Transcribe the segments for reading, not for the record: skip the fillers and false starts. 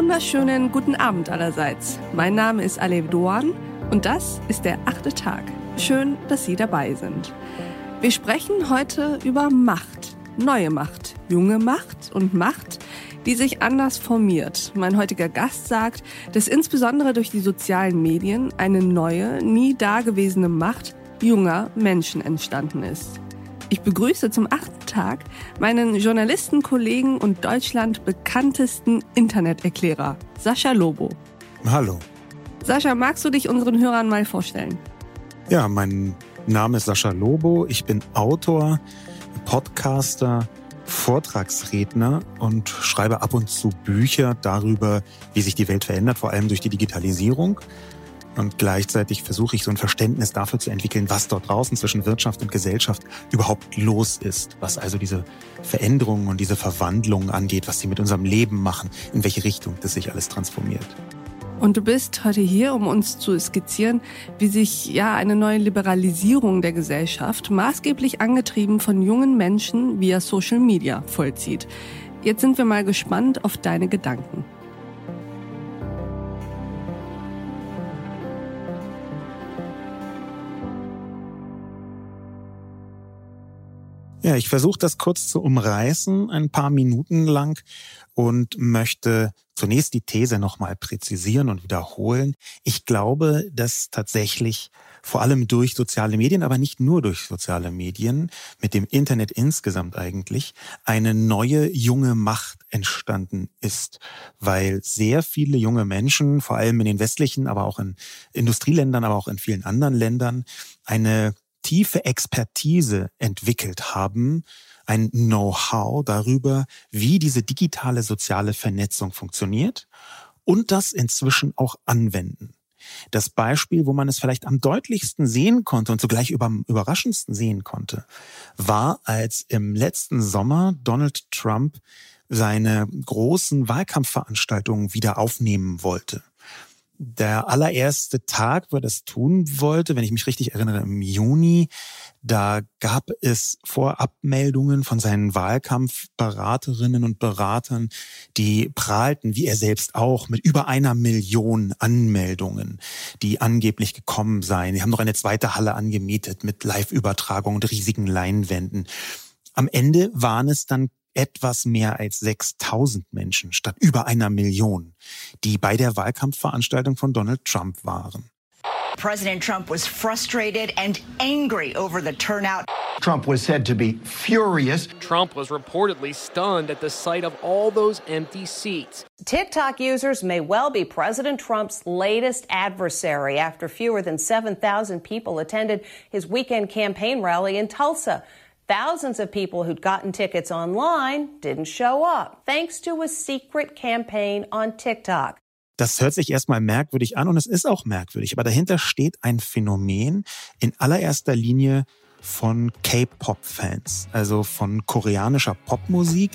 wunderschönen guten Abend allerseits. Mein Name ist Alev Doan und das ist der 8. Tag. Schön, dass Sie dabei sind. Wir sprechen heute über Macht, neue Macht, junge Macht und Macht, die sich anders formiert. Mein heutiger Gast sagt, dass insbesondere durch die sozialen Medien eine neue, nie dagewesene Macht junger Menschen entstanden ist. Ich begrüße zum 8. Tag meinen Journalistenkollegen und Deutschland bekanntesten Interneterklärer, Sascha Lobo. Hallo. Sascha, magst du dich unseren Hörern mal vorstellen? Ja, mein Name ist Sascha Lobo. Ich bin Autor, Podcaster, Vortragsredner und schreibe ab und zu Bücher darüber, wie sich die Welt verändert, vor allem durch die Digitalisierung. Und gleichzeitig versuche ich so ein Verständnis dafür zu entwickeln, was dort draußen zwischen Wirtschaft und Gesellschaft überhaupt los ist. Was also diese Veränderungen und diese Verwandlungen angeht, was sie mit unserem Leben machen, in welche Richtung das sich alles transformiert. Und du bist heute hier, um uns zu skizzieren, wie sich eine neue Liberalisierung der Gesellschaft, maßgeblich angetrieben von jungen Menschen via Social Media, vollzieht. Jetzt sind wir mal gespannt auf deine Gedanken. Ja, ich versuche das kurz zu umreißen, ein paar Minuten lang, und möchte zunächst die These nochmal präzisieren und wiederholen. Ich glaube, dass tatsächlich vor allem durch soziale Medien, aber nicht nur durch soziale Medien, mit dem Internet insgesamt eigentlich, eine neue junge Macht entstanden ist. Weil sehr viele junge Menschen, vor allem in den westlichen, aber auch in Industrieländern, aber auch in vielen anderen Ländern, eine tiefe Expertise entwickelt haben, ein Know-how darüber, wie diese digitale soziale Vernetzung funktioniert und das inzwischen auch anwenden. Das Beispiel, wo man es vielleicht am deutlichsten sehen konnte und zugleich am überraschendsten sehen konnte, war, als im letzten Sommer Donald Trump seine großen Wahlkampfveranstaltungen wieder aufnehmen wollte. Der allererste Tag, wo er das tun wollte, wenn ich mich richtig erinnere, im Juni, da gab es Vorabmeldungen von seinen Wahlkampfberaterinnen und Beratern, die prahlten, wie er selbst auch, mit über 1 Million Anmeldungen, die angeblich gekommen seien. Die haben noch eine zweite Halle angemietet mit Live-Übertragung und riesigen Leinwänden. Am Ende waren es dann etwas mehr als 6.000 Menschen statt über 1 Million, die bei der Wahlkampfveranstaltung von Donald Trump waren. President Trump was frustrated and angry over the turnout. Trump was said to be furious. Trump was reportedly stunned at the sight of all those empty seats. TikTok users may well be President Trump's latest adversary after fewer than 7,000 people attended his weekend campaign rally in Tulsa. Thousands of people who'd gotten tickets online didn't show up, thanks to a secret campaign on TikTok. Das hört sich erstmal merkwürdig an und es ist auch merkwürdig, aber dahinter steht ein Phänomen in allererster Linie von K-Pop-Fans, also von koreanischer Popmusik.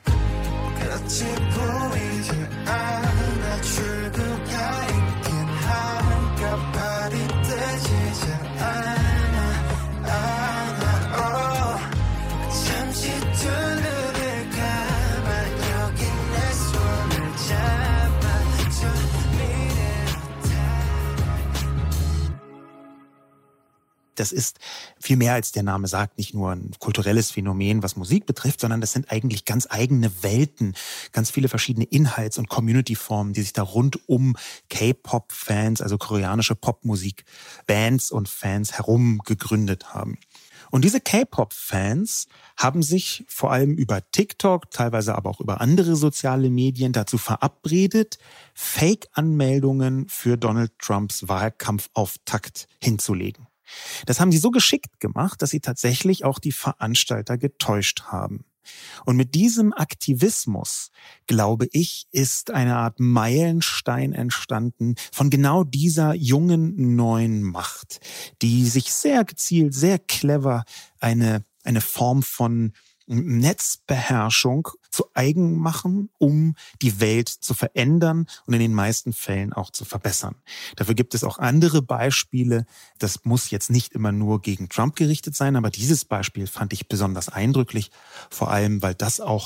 Das ist viel mehr, als der Name sagt, nicht nur ein kulturelles Phänomen, was Musik betrifft, sondern das sind eigentlich ganz eigene Welten, ganz viele verschiedene Inhalts- und Community-Formen, die sich da rund um K-Pop-Fans, also koreanische Popmusik-Bands und Fans herum gegründet haben. Und diese K-Pop-Fans haben sich vor allem über TikTok, teilweise aber auch über andere soziale Medien dazu verabredet, Fake-Anmeldungen für Donald Trumps Wahlkampfauftakt hinzulegen. Das haben sie so geschickt gemacht, dass sie tatsächlich auch die Veranstalter getäuscht haben. Und mit diesem Aktivismus, glaube ich, ist eine Art Meilenstein entstanden von genau dieser jungen neuen Macht, die sich sehr gezielt, sehr clever eine Form von Netzbeherrschung zu eigen machen, um die Welt zu verändern und in den meisten Fällen auch zu verbessern. Dafür gibt es auch andere Beispiele. Das muss jetzt nicht immer nur gegen Trump gerichtet sein, aber dieses Beispiel fand ich besonders eindrücklich, vor allem weil das auch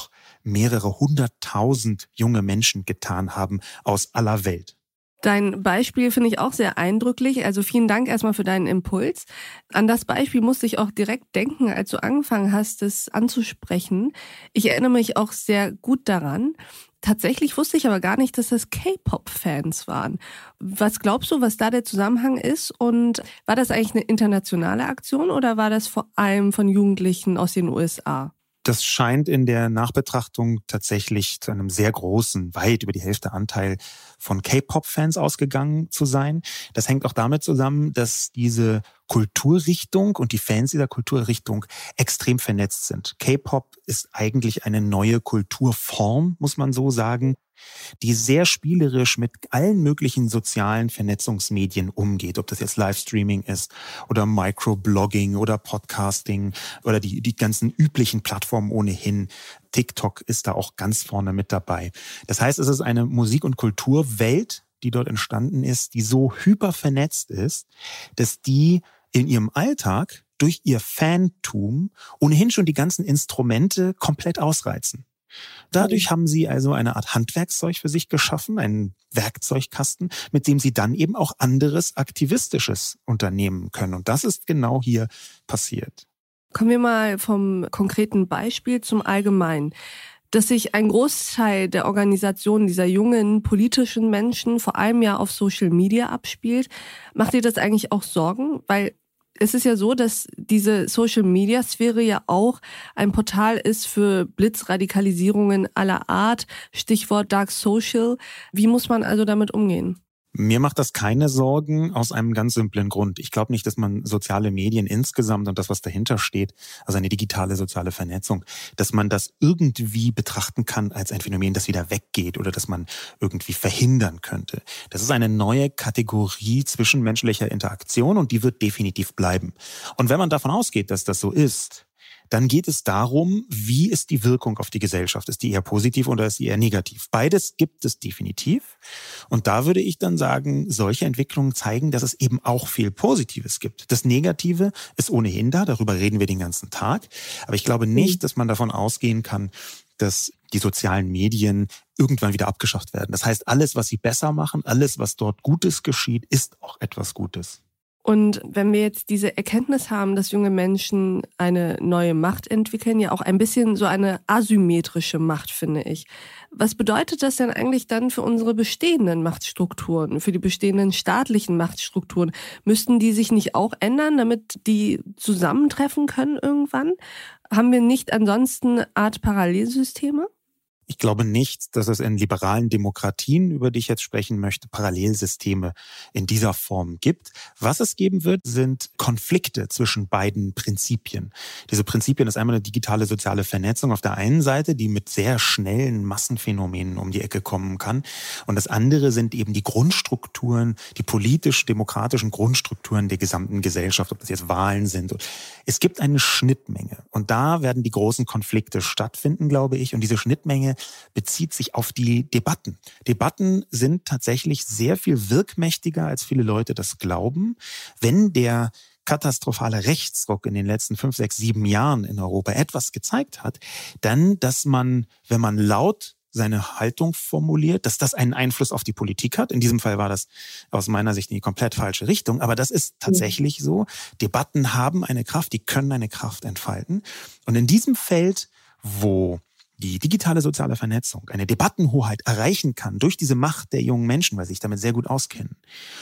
mehrere 100.000 junge Menschen getan haben aus aller Welt. Dein Beispiel finde ich auch sehr eindrücklich. Also vielen Dank erstmal für deinen Impuls. An das Beispiel musste ich auch direkt denken, als du angefangen hast, es anzusprechen. Ich erinnere mich auch sehr gut daran. Tatsächlich wusste ich aber gar nicht, dass das K-Pop-Fans waren. Was glaubst du, was da der Zusammenhang ist? Und war das eigentlich eine internationale Aktion oder war das vor allem von Jugendlichen aus den USA? Das scheint in der Nachbetrachtung tatsächlich zu einem sehr großen, weit über die Hälfte Anteil von K-Pop-Fans ausgegangen zu sein. Das hängt auch damit zusammen, dass diese Kulturrichtung und die Fans dieser Kulturrichtung extrem vernetzt sind. K-Pop ist eigentlich eine neue Kulturform, muss man so sagen, die sehr spielerisch mit allen möglichen sozialen Vernetzungsmedien umgeht. Ob das jetzt Livestreaming ist oder Microblogging oder Podcasting oder die ganzen üblichen Plattformen ohnehin. TikTok ist da auch ganz vorne mit dabei. Das heißt, es ist eine Musik- und Kulturwelt, die dort entstanden ist, die so hyper vernetzt ist, dass die in ihrem Alltag durch ihr Fantum ohnehin schon die ganzen Instrumente komplett ausreizen. Dadurch haben sie also eine Art Handwerkszeug für sich geschaffen, einen Werkzeugkasten, mit dem sie dann eben auch anderes Aktivistisches unternehmen können. Und das ist genau hier passiert. Kommen wir mal vom konkreten Beispiel zum Allgemeinen. Dass sich ein Großteil der Organisation dieser jungen politischen Menschen vor allem ja auf Social Media abspielt, macht dir das eigentlich auch Sorgen? Weil es ist ja so, dass diese Social-Media-Sphäre ja auch ein Portal ist für Blitzradikalisierungen aller Art, Stichwort Dark Social. Wie muss man also damit umgehen? Mir macht das keine Sorgen aus einem ganz simplen Grund. Ich glaube nicht, dass man soziale Medien insgesamt und das, was dahinter steht, also eine digitale soziale Vernetzung, dass man das irgendwie betrachten kann als ein Phänomen, das wieder weggeht oder das man irgendwie verhindern könnte. Das ist eine neue Kategorie zwischenmenschlicher Interaktion und die wird definitiv bleiben. Und wenn man davon ausgeht, dass das so ist, dann geht es darum, wie ist die Wirkung auf die Gesellschaft? Ist die eher positiv oder ist die eher negativ? Beides gibt es definitiv. Und da würde ich dann sagen, solche Entwicklungen zeigen, dass es eben auch viel Positives gibt. Das Negative ist ohnehin da, darüber reden wir den ganzen Tag. Aber ich glaube nicht, dass man davon ausgehen kann, dass die sozialen Medien irgendwann wieder abgeschafft werden. Das heißt, alles, was sie besser machen, alles, was dort Gutes geschieht, ist auch etwas Gutes. Und wenn wir jetzt diese Erkenntnis haben, dass junge Menschen eine neue Macht entwickeln, ja auch ein bisschen so eine asymmetrische Macht, finde ich. Was bedeutet das denn eigentlich dann für unsere bestehenden Machtstrukturen, für die bestehenden staatlichen Machtstrukturen? Müssten die sich nicht auch ändern, damit die zusammentreffen können irgendwann? Haben wir nicht ansonsten eine Art Parallelsysteme? Ich glaube nicht, dass es in liberalen Demokratien, über die ich jetzt sprechen möchte, Parallelsysteme in dieser Form gibt. Was es geben wird, sind Konflikte zwischen beiden Prinzipien. Diese Prinzipien ist einmal eine digitale soziale Vernetzung auf der einen Seite, die mit sehr schnellen Massenphänomenen um die Ecke kommen kann. Und das andere sind eben die Grundstrukturen, die politisch-demokratischen Grundstrukturen der gesamten Gesellschaft, ob das jetzt Wahlen sind. Es gibt eine Schnittmenge und da werden die großen Konflikte stattfinden, glaube ich. Und diese Schnittmenge bezieht sich auf die Debatten. Debatten sind tatsächlich sehr viel wirkmächtiger, als viele Leute das glauben. Wenn der katastrophale Rechtsruck in den letzten 5, 6, 7 Jahren in Europa etwas gezeigt hat, dann, dass man, wenn man laut seine Haltung formuliert, dass das einen Einfluss auf die Politik hat. In diesem Fall war das aus meiner Sicht in die komplett falsche Richtung. Aber das ist tatsächlich so. Debatten haben eine Kraft, die können eine Kraft entfalten. Und in diesem Feld, wo die digitale soziale Vernetzung eine Debattenhoheit erreichen kann durch diese Macht der jungen Menschen, weil sie sich damit sehr gut auskennen,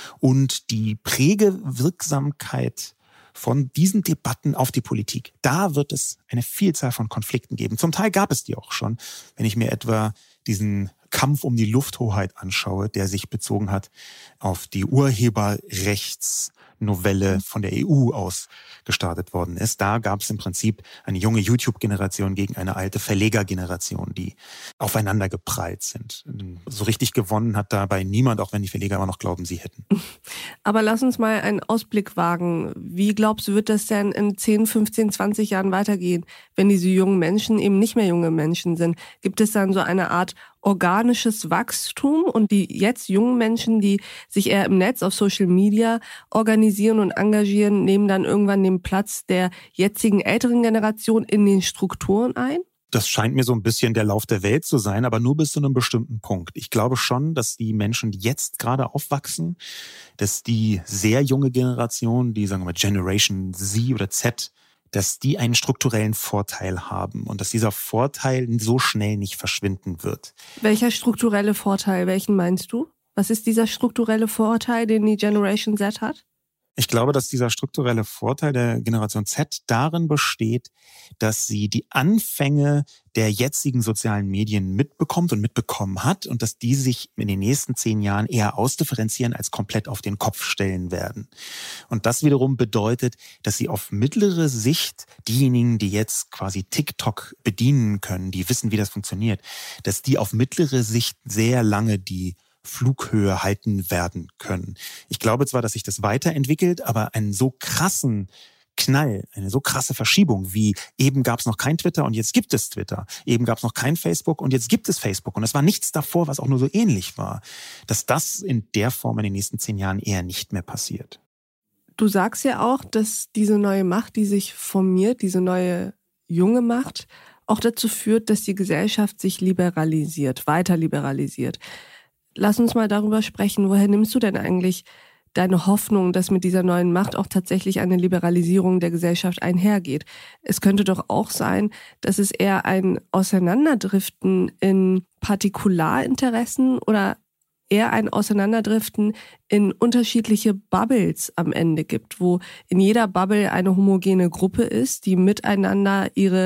und die Prägewirksamkeit von diesen Debatten auf die Politik, da wird es eine Vielzahl von Konflikten geben. Zum Teil gab es die auch schon, wenn ich mir etwa diesen Kampf um die Lufthoheit anschaue, der sich bezogen hat auf die Urheberrechtsnovelle von der EU aus gestartet worden ist. Da gab es im Prinzip eine junge YouTube-Generation gegen eine alte Verlegergeneration, die aufeinander geprallt sind. So richtig gewonnen hat dabei niemand, auch wenn die Verleger immer noch glauben, sie hätten. Aber lass uns mal einen Ausblick wagen. Wie glaubst du, wird das denn in 10, 15, 20 Jahren weitergehen, wenn diese jungen Menschen eben nicht mehr junge Menschen sind? Gibt es dann so eine Art organisches Wachstum und die jetzt jungen Menschen, die sich eher im Netz auf Social Media organisieren und engagieren, nehmen dann irgendwann den Platz der jetzigen älteren Generation in den Strukturen ein? Das scheint mir so ein bisschen der Lauf der Welt zu sein, aber nur bis zu einem bestimmten Punkt. Ich glaube schon, dass die Menschen, die jetzt gerade aufwachsen, dass die sehr junge Generation, die sagen wir mal Generation Z oder Z, dass die einen strukturellen Vorteil haben und dass dieser Vorteil so schnell nicht verschwinden wird. Welcher strukturelle Vorteil, welchen meinst du? Was ist dieser strukturelle Vorteil, den die Generation Z hat? Ich glaube, dass dieser strukturelle Vorteil der Generation Z darin besteht, dass sie die Anfänge der jetzigen sozialen Medien mitbekommt und mitbekommen hat und dass die sich in den nächsten 10 Jahren eher ausdifferenzieren als komplett auf den Kopf stellen werden. Und das wiederum bedeutet, dass sie auf mittlere Sicht diejenigen, die jetzt quasi TikTok bedienen können, die wissen, wie das funktioniert, dass die auf mittlere Sicht sehr lange die Flughöhe halten werden können. Ich glaube zwar, dass sich das weiterentwickelt, aber einen so krassen Knall, eine so krasse Verschiebung wie eben gab es noch kein Twitter und jetzt gibt es Twitter, eben gab es noch kein Facebook und jetzt gibt es Facebook und es war nichts davor, was auch nur so ähnlich war, dass das in der Form in den nächsten 10 Jahren eher nicht mehr passiert. Du sagst ja auch, dass diese neue Macht, die sich formiert, diese neue junge Macht, auch dazu führt, dass die Gesellschaft sich liberalisiert, weiter liberalisiert. Lass uns mal darüber sprechen, woher nimmst du denn eigentlich deine Hoffnung, dass mit dieser neuen Macht auch tatsächlich eine Liberalisierung der Gesellschaft einhergeht? Es könnte doch auch sein, dass es eher ein Auseinanderdriften in Partikularinteressen oder eher ein Auseinanderdriften in unterschiedliche Bubbles am Ende gibt, wo in jeder Bubble eine homogene Gruppe ist, die miteinander ihre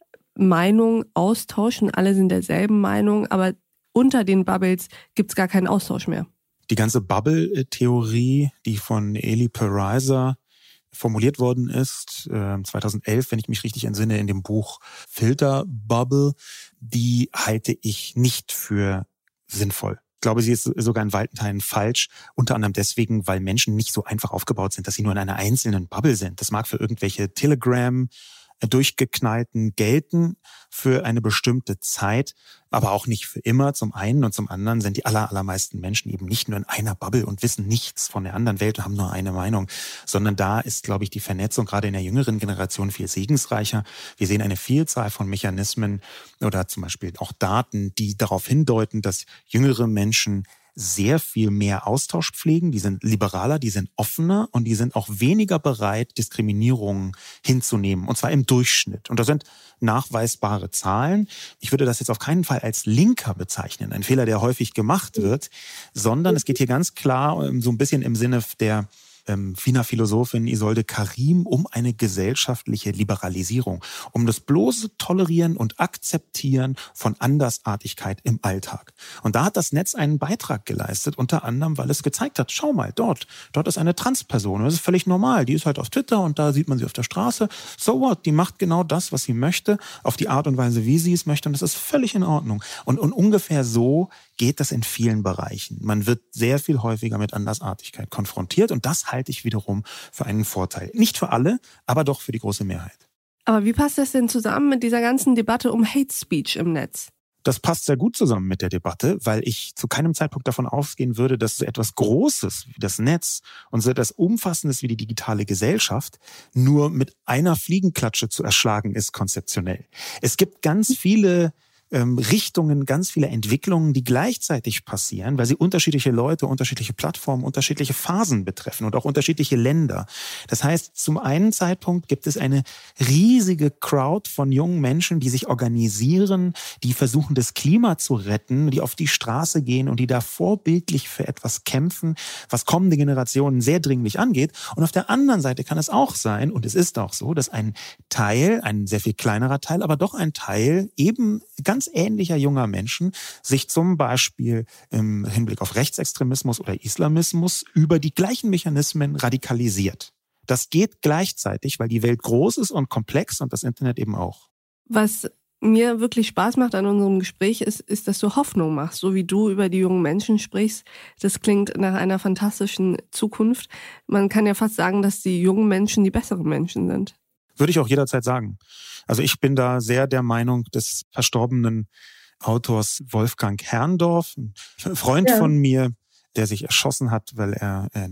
Meinung austauschen. Alle sind derselben Meinung, aber unter den Bubbles gibt es gar keinen Austausch mehr. Die ganze Bubble-Theorie, die von Eli Pariser formuliert worden ist, 2011, wenn ich mich richtig entsinne, in dem Buch Filter Bubble, die halte ich nicht für sinnvoll. Ich glaube, sie ist sogar in weiten Teilen falsch, unter anderem deswegen, weil Menschen nicht so einfach aufgebaut sind, dass sie nur in einer einzelnen Bubble sind. Das mag für irgendwelche Telegram durchgeknallten gelten für eine bestimmte Zeit, aber auch nicht für immer zum einen und zum anderen sind die allermeisten Menschen eben nicht nur in einer Bubble und wissen nichts von der anderen Welt und haben nur eine Meinung, sondern da ist, glaube ich, die Vernetzung gerade in der jüngeren Generation viel segensreicher. Wir sehen eine Vielzahl von Mechanismen oder zum Beispiel auch Daten, die darauf hindeuten, dass jüngere Menschen sehr viel mehr Austausch pflegen, die sind liberaler, die sind offener und die sind auch weniger bereit, Diskriminierungen hinzunehmen, und zwar im Durchschnitt. Und das sind nachweisbare Zahlen. Ich würde das jetzt auf keinen Fall als linker bezeichnen, ein Fehler, der häufig gemacht wird, sondern es geht hier ganz klar so ein bisschen im Sinne der Wiener Philosophin Isolde Karim um eine gesellschaftliche Liberalisierung, um das bloße Tolerieren und Akzeptieren von Andersartigkeit im Alltag. Und da hat das Netz einen Beitrag geleistet, unter anderem, weil es gezeigt hat, schau mal, dort ist eine Transperson, das ist völlig normal, die ist halt auf Twitter und da sieht man sie auf der Straße, so what, die macht genau das, was sie möchte, auf die Art und Weise, wie sie es möchte und das ist völlig in Ordnung. Und ungefähr so geht das in vielen Bereichen. Man wird sehr viel häufiger mit Andersartigkeit konfrontiert und das halte ich wiederum für einen Vorteil. Nicht für alle, aber doch für die große Mehrheit. Aber wie passt das denn zusammen mit dieser ganzen Debatte um Hate Speech im Netz? Das passt sehr gut zusammen mit der Debatte, weil ich zu keinem Zeitpunkt davon ausgehen würde, dass so etwas Großes wie das Netz und so etwas Umfassendes wie die digitale Gesellschaft nur mit einer Fliegenklatsche zu erschlagen ist, konzeptionell. Es gibt ganz viele Richtungen, ganz viele Entwicklungen, die gleichzeitig passieren, weil sie unterschiedliche Leute, unterschiedliche Plattformen, unterschiedliche Phasen betreffen und auch unterschiedliche Länder. Das heißt, zum einen Zeitpunkt gibt es eine riesige Crowd von jungen Menschen, die sich organisieren, die versuchen, das Klima zu retten, die auf die Straße gehen und die da vorbildlich für etwas kämpfen, was kommende Generationen sehr dringlich angeht. Und auf der anderen Seite kann es auch sein, und es ist auch so, dass ein Teil, ein sehr viel kleinerer Teil, aber doch ein Teil eben ganz ähnlicher junger Menschen sich zum Beispiel im Hinblick auf Rechtsextremismus oder Islamismus über die gleichen Mechanismen radikalisiert. Das geht gleichzeitig, weil die Welt groß ist und komplex und das Internet eben auch. Was mir wirklich Spaß macht an unserem Gespräch ist, dass du Hoffnung machst, so wie du über die jungen Menschen sprichst. Das klingt nach einer fantastischen Zukunft. Man kann ja fast sagen, dass die jungen Menschen die besseren Menschen sind. Würde ich auch jederzeit sagen. Also ich bin da sehr der Meinung des verstorbenen Autors Wolfgang Herrndorf, ein Freund von mir, der sich erschossen hat, weil er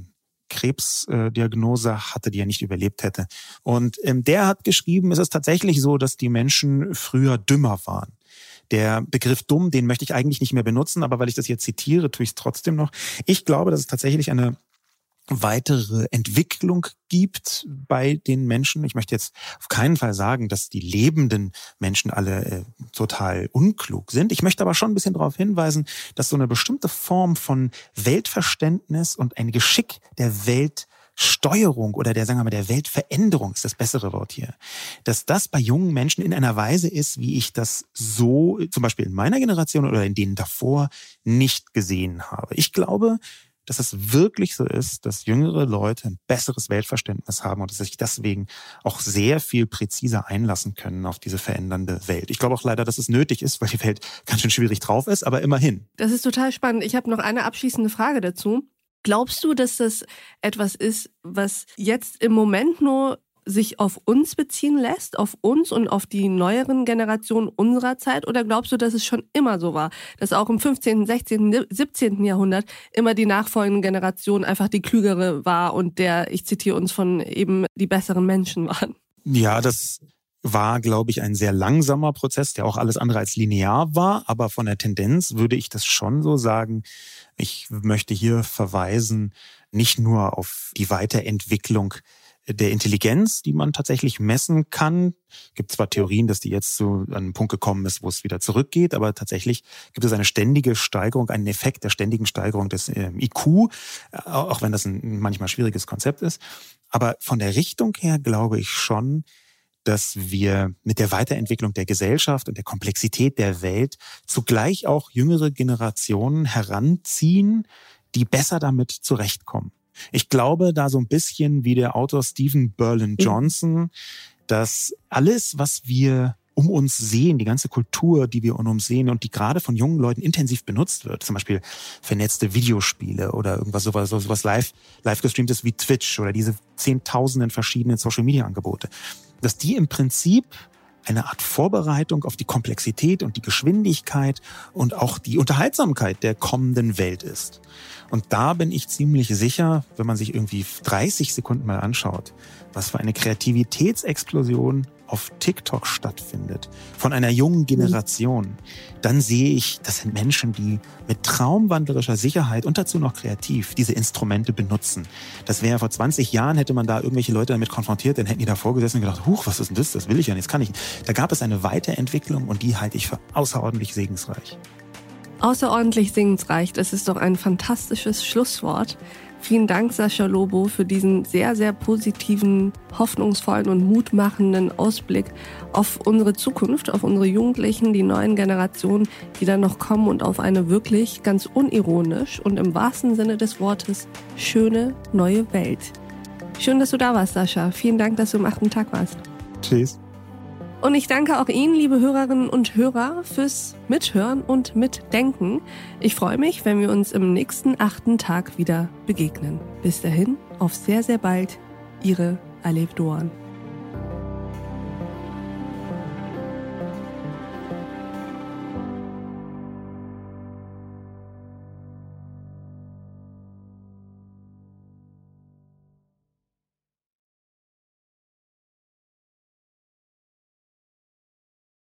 Krebsdiagnose hatte, die er nicht überlebt hätte. Und der hat geschrieben, es ist tatsächlich so, dass die Menschen früher dümmer waren. Der Begriff dumm, den möchte ich eigentlich nicht mehr benutzen, aber weil ich das jetzt zitiere, tue ich es trotzdem noch. Ich glaube, dass es tatsächlich eine weitere Entwicklung gibt bei den Menschen. Ich möchte jetzt auf keinen Fall sagen, dass die lebenden Menschen alle total unklug sind. Ich möchte aber schon ein bisschen darauf hinweisen, dass so eine bestimmte Form von Weltverständnis und ein Geschick der Weltsteuerung oder sagen wir mal, der Weltveränderung ist das bessere Wort hier, dass das bei jungen Menschen in einer Weise ist, wie ich das so zum Beispiel in meiner Generation oder in denen davor nicht gesehen habe. Ich glaube, dass es wirklich so ist, dass jüngere Leute ein besseres Weltverständnis haben und dass sich deswegen auch sehr viel präziser einlassen können auf diese verändernde Welt. Ich glaube auch leider, dass es nötig ist, weil die Welt ganz schön schwierig drauf ist, aber immerhin. Das ist total spannend. Ich habe noch eine abschließende Frage dazu. Glaubst du, dass das etwas ist, was jetzt im Moment nur sich auf uns beziehen lässt, auf uns und auf die neueren Generationen unserer Zeit? Oder glaubst du, dass es schon immer so war, dass auch im 15., 16., 17. Jahrhundert immer die nachfolgende Generation einfach die klügere war und ich zitiere uns von eben die besseren Menschen waren? Ja, das war, glaube ich, ein sehr langsamer Prozess, der auch alles andere als linear war. Aber von der Tendenz würde ich das schon so sagen. Ich möchte hier verweisen, nicht nur auf die Weiterentwicklung der Intelligenz, die man tatsächlich messen kann. Es gibt zwar Theorien, dass die jetzt so an einen Punkt gekommen ist, wo es wieder zurückgeht, aber tatsächlich gibt es eine ständige Steigerung, einen Effekt der ständigen Steigerung des IQ, auch wenn das ein manchmal schwieriges Konzept ist. Aber von der Richtung her glaube ich schon, dass wir mit der Weiterentwicklung der Gesellschaft und der Komplexität der Welt zugleich auch jüngere Generationen heranziehen, die besser damit zurechtkommen. Ich glaube da so ein bisschen wie der Autor Stephen Berlin-Johnson, dass alles, was wir um uns sehen, die ganze Kultur, die wir um uns sehen und die gerade von jungen Leuten intensiv benutzt wird, zum Beispiel vernetzte Videospiele oder sowas live gestreamtes wie Twitch oder diese 10.000 verschiedenen Social-Media-Angebote, dass die im Prinzip eine Art Vorbereitung auf die Komplexität und die Geschwindigkeit und auch die Unterhaltsamkeit der kommenden Welt ist. Und da bin ich ziemlich sicher, wenn man sich irgendwie 30 Sekunden mal anschaut, was für eine Kreativitätsexplosion auf TikTok stattfindet, von einer jungen Generation, dann sehe ich, das sind Menschen, die mit traumwandlerischer Sicherheit und dazu noch kreativ diese Instrumente benutzen. Das wäre vor 20 Jahren, hätte man da irgendwelche Leute damit konfrontiert, dann hätten die davor gesessen und gedacht, huch, was ist denn das? Das will ich ja nicht, das kann ich nicht. Da gab es eine Weiterentwicklung und die halte ich für außerordentlich segensreich. Außerordentlich segensreich, das ist doch ein fantastisches Schlusswort. Vielen Dank, Sascha Lobo, für diesen sehr, sehr positiven, hoffnungsvollen und mutmachenden Ausblick auf unsere Zukunft, auf unsere Jugendlichen, die neuen Generationen, die dann noch kommen und auf eine wirklich ganz unironisch und im wahrsten Sinne des Wortes schöne neue Welt. Schön, dass du da warst, Sascha. Vielen Dank, dass du am 8. Tag warst. Tschüss. Und ich danke auch Ihnen, liebe Hörerinnen und Hörer, fürs Mithören und Mitdenken. Ich freue mich, wenn wir uns im nächsten 8. Tag wieder begegnen. Bis dahin, auf sehr, sehr bald. Ihre Alev Doan.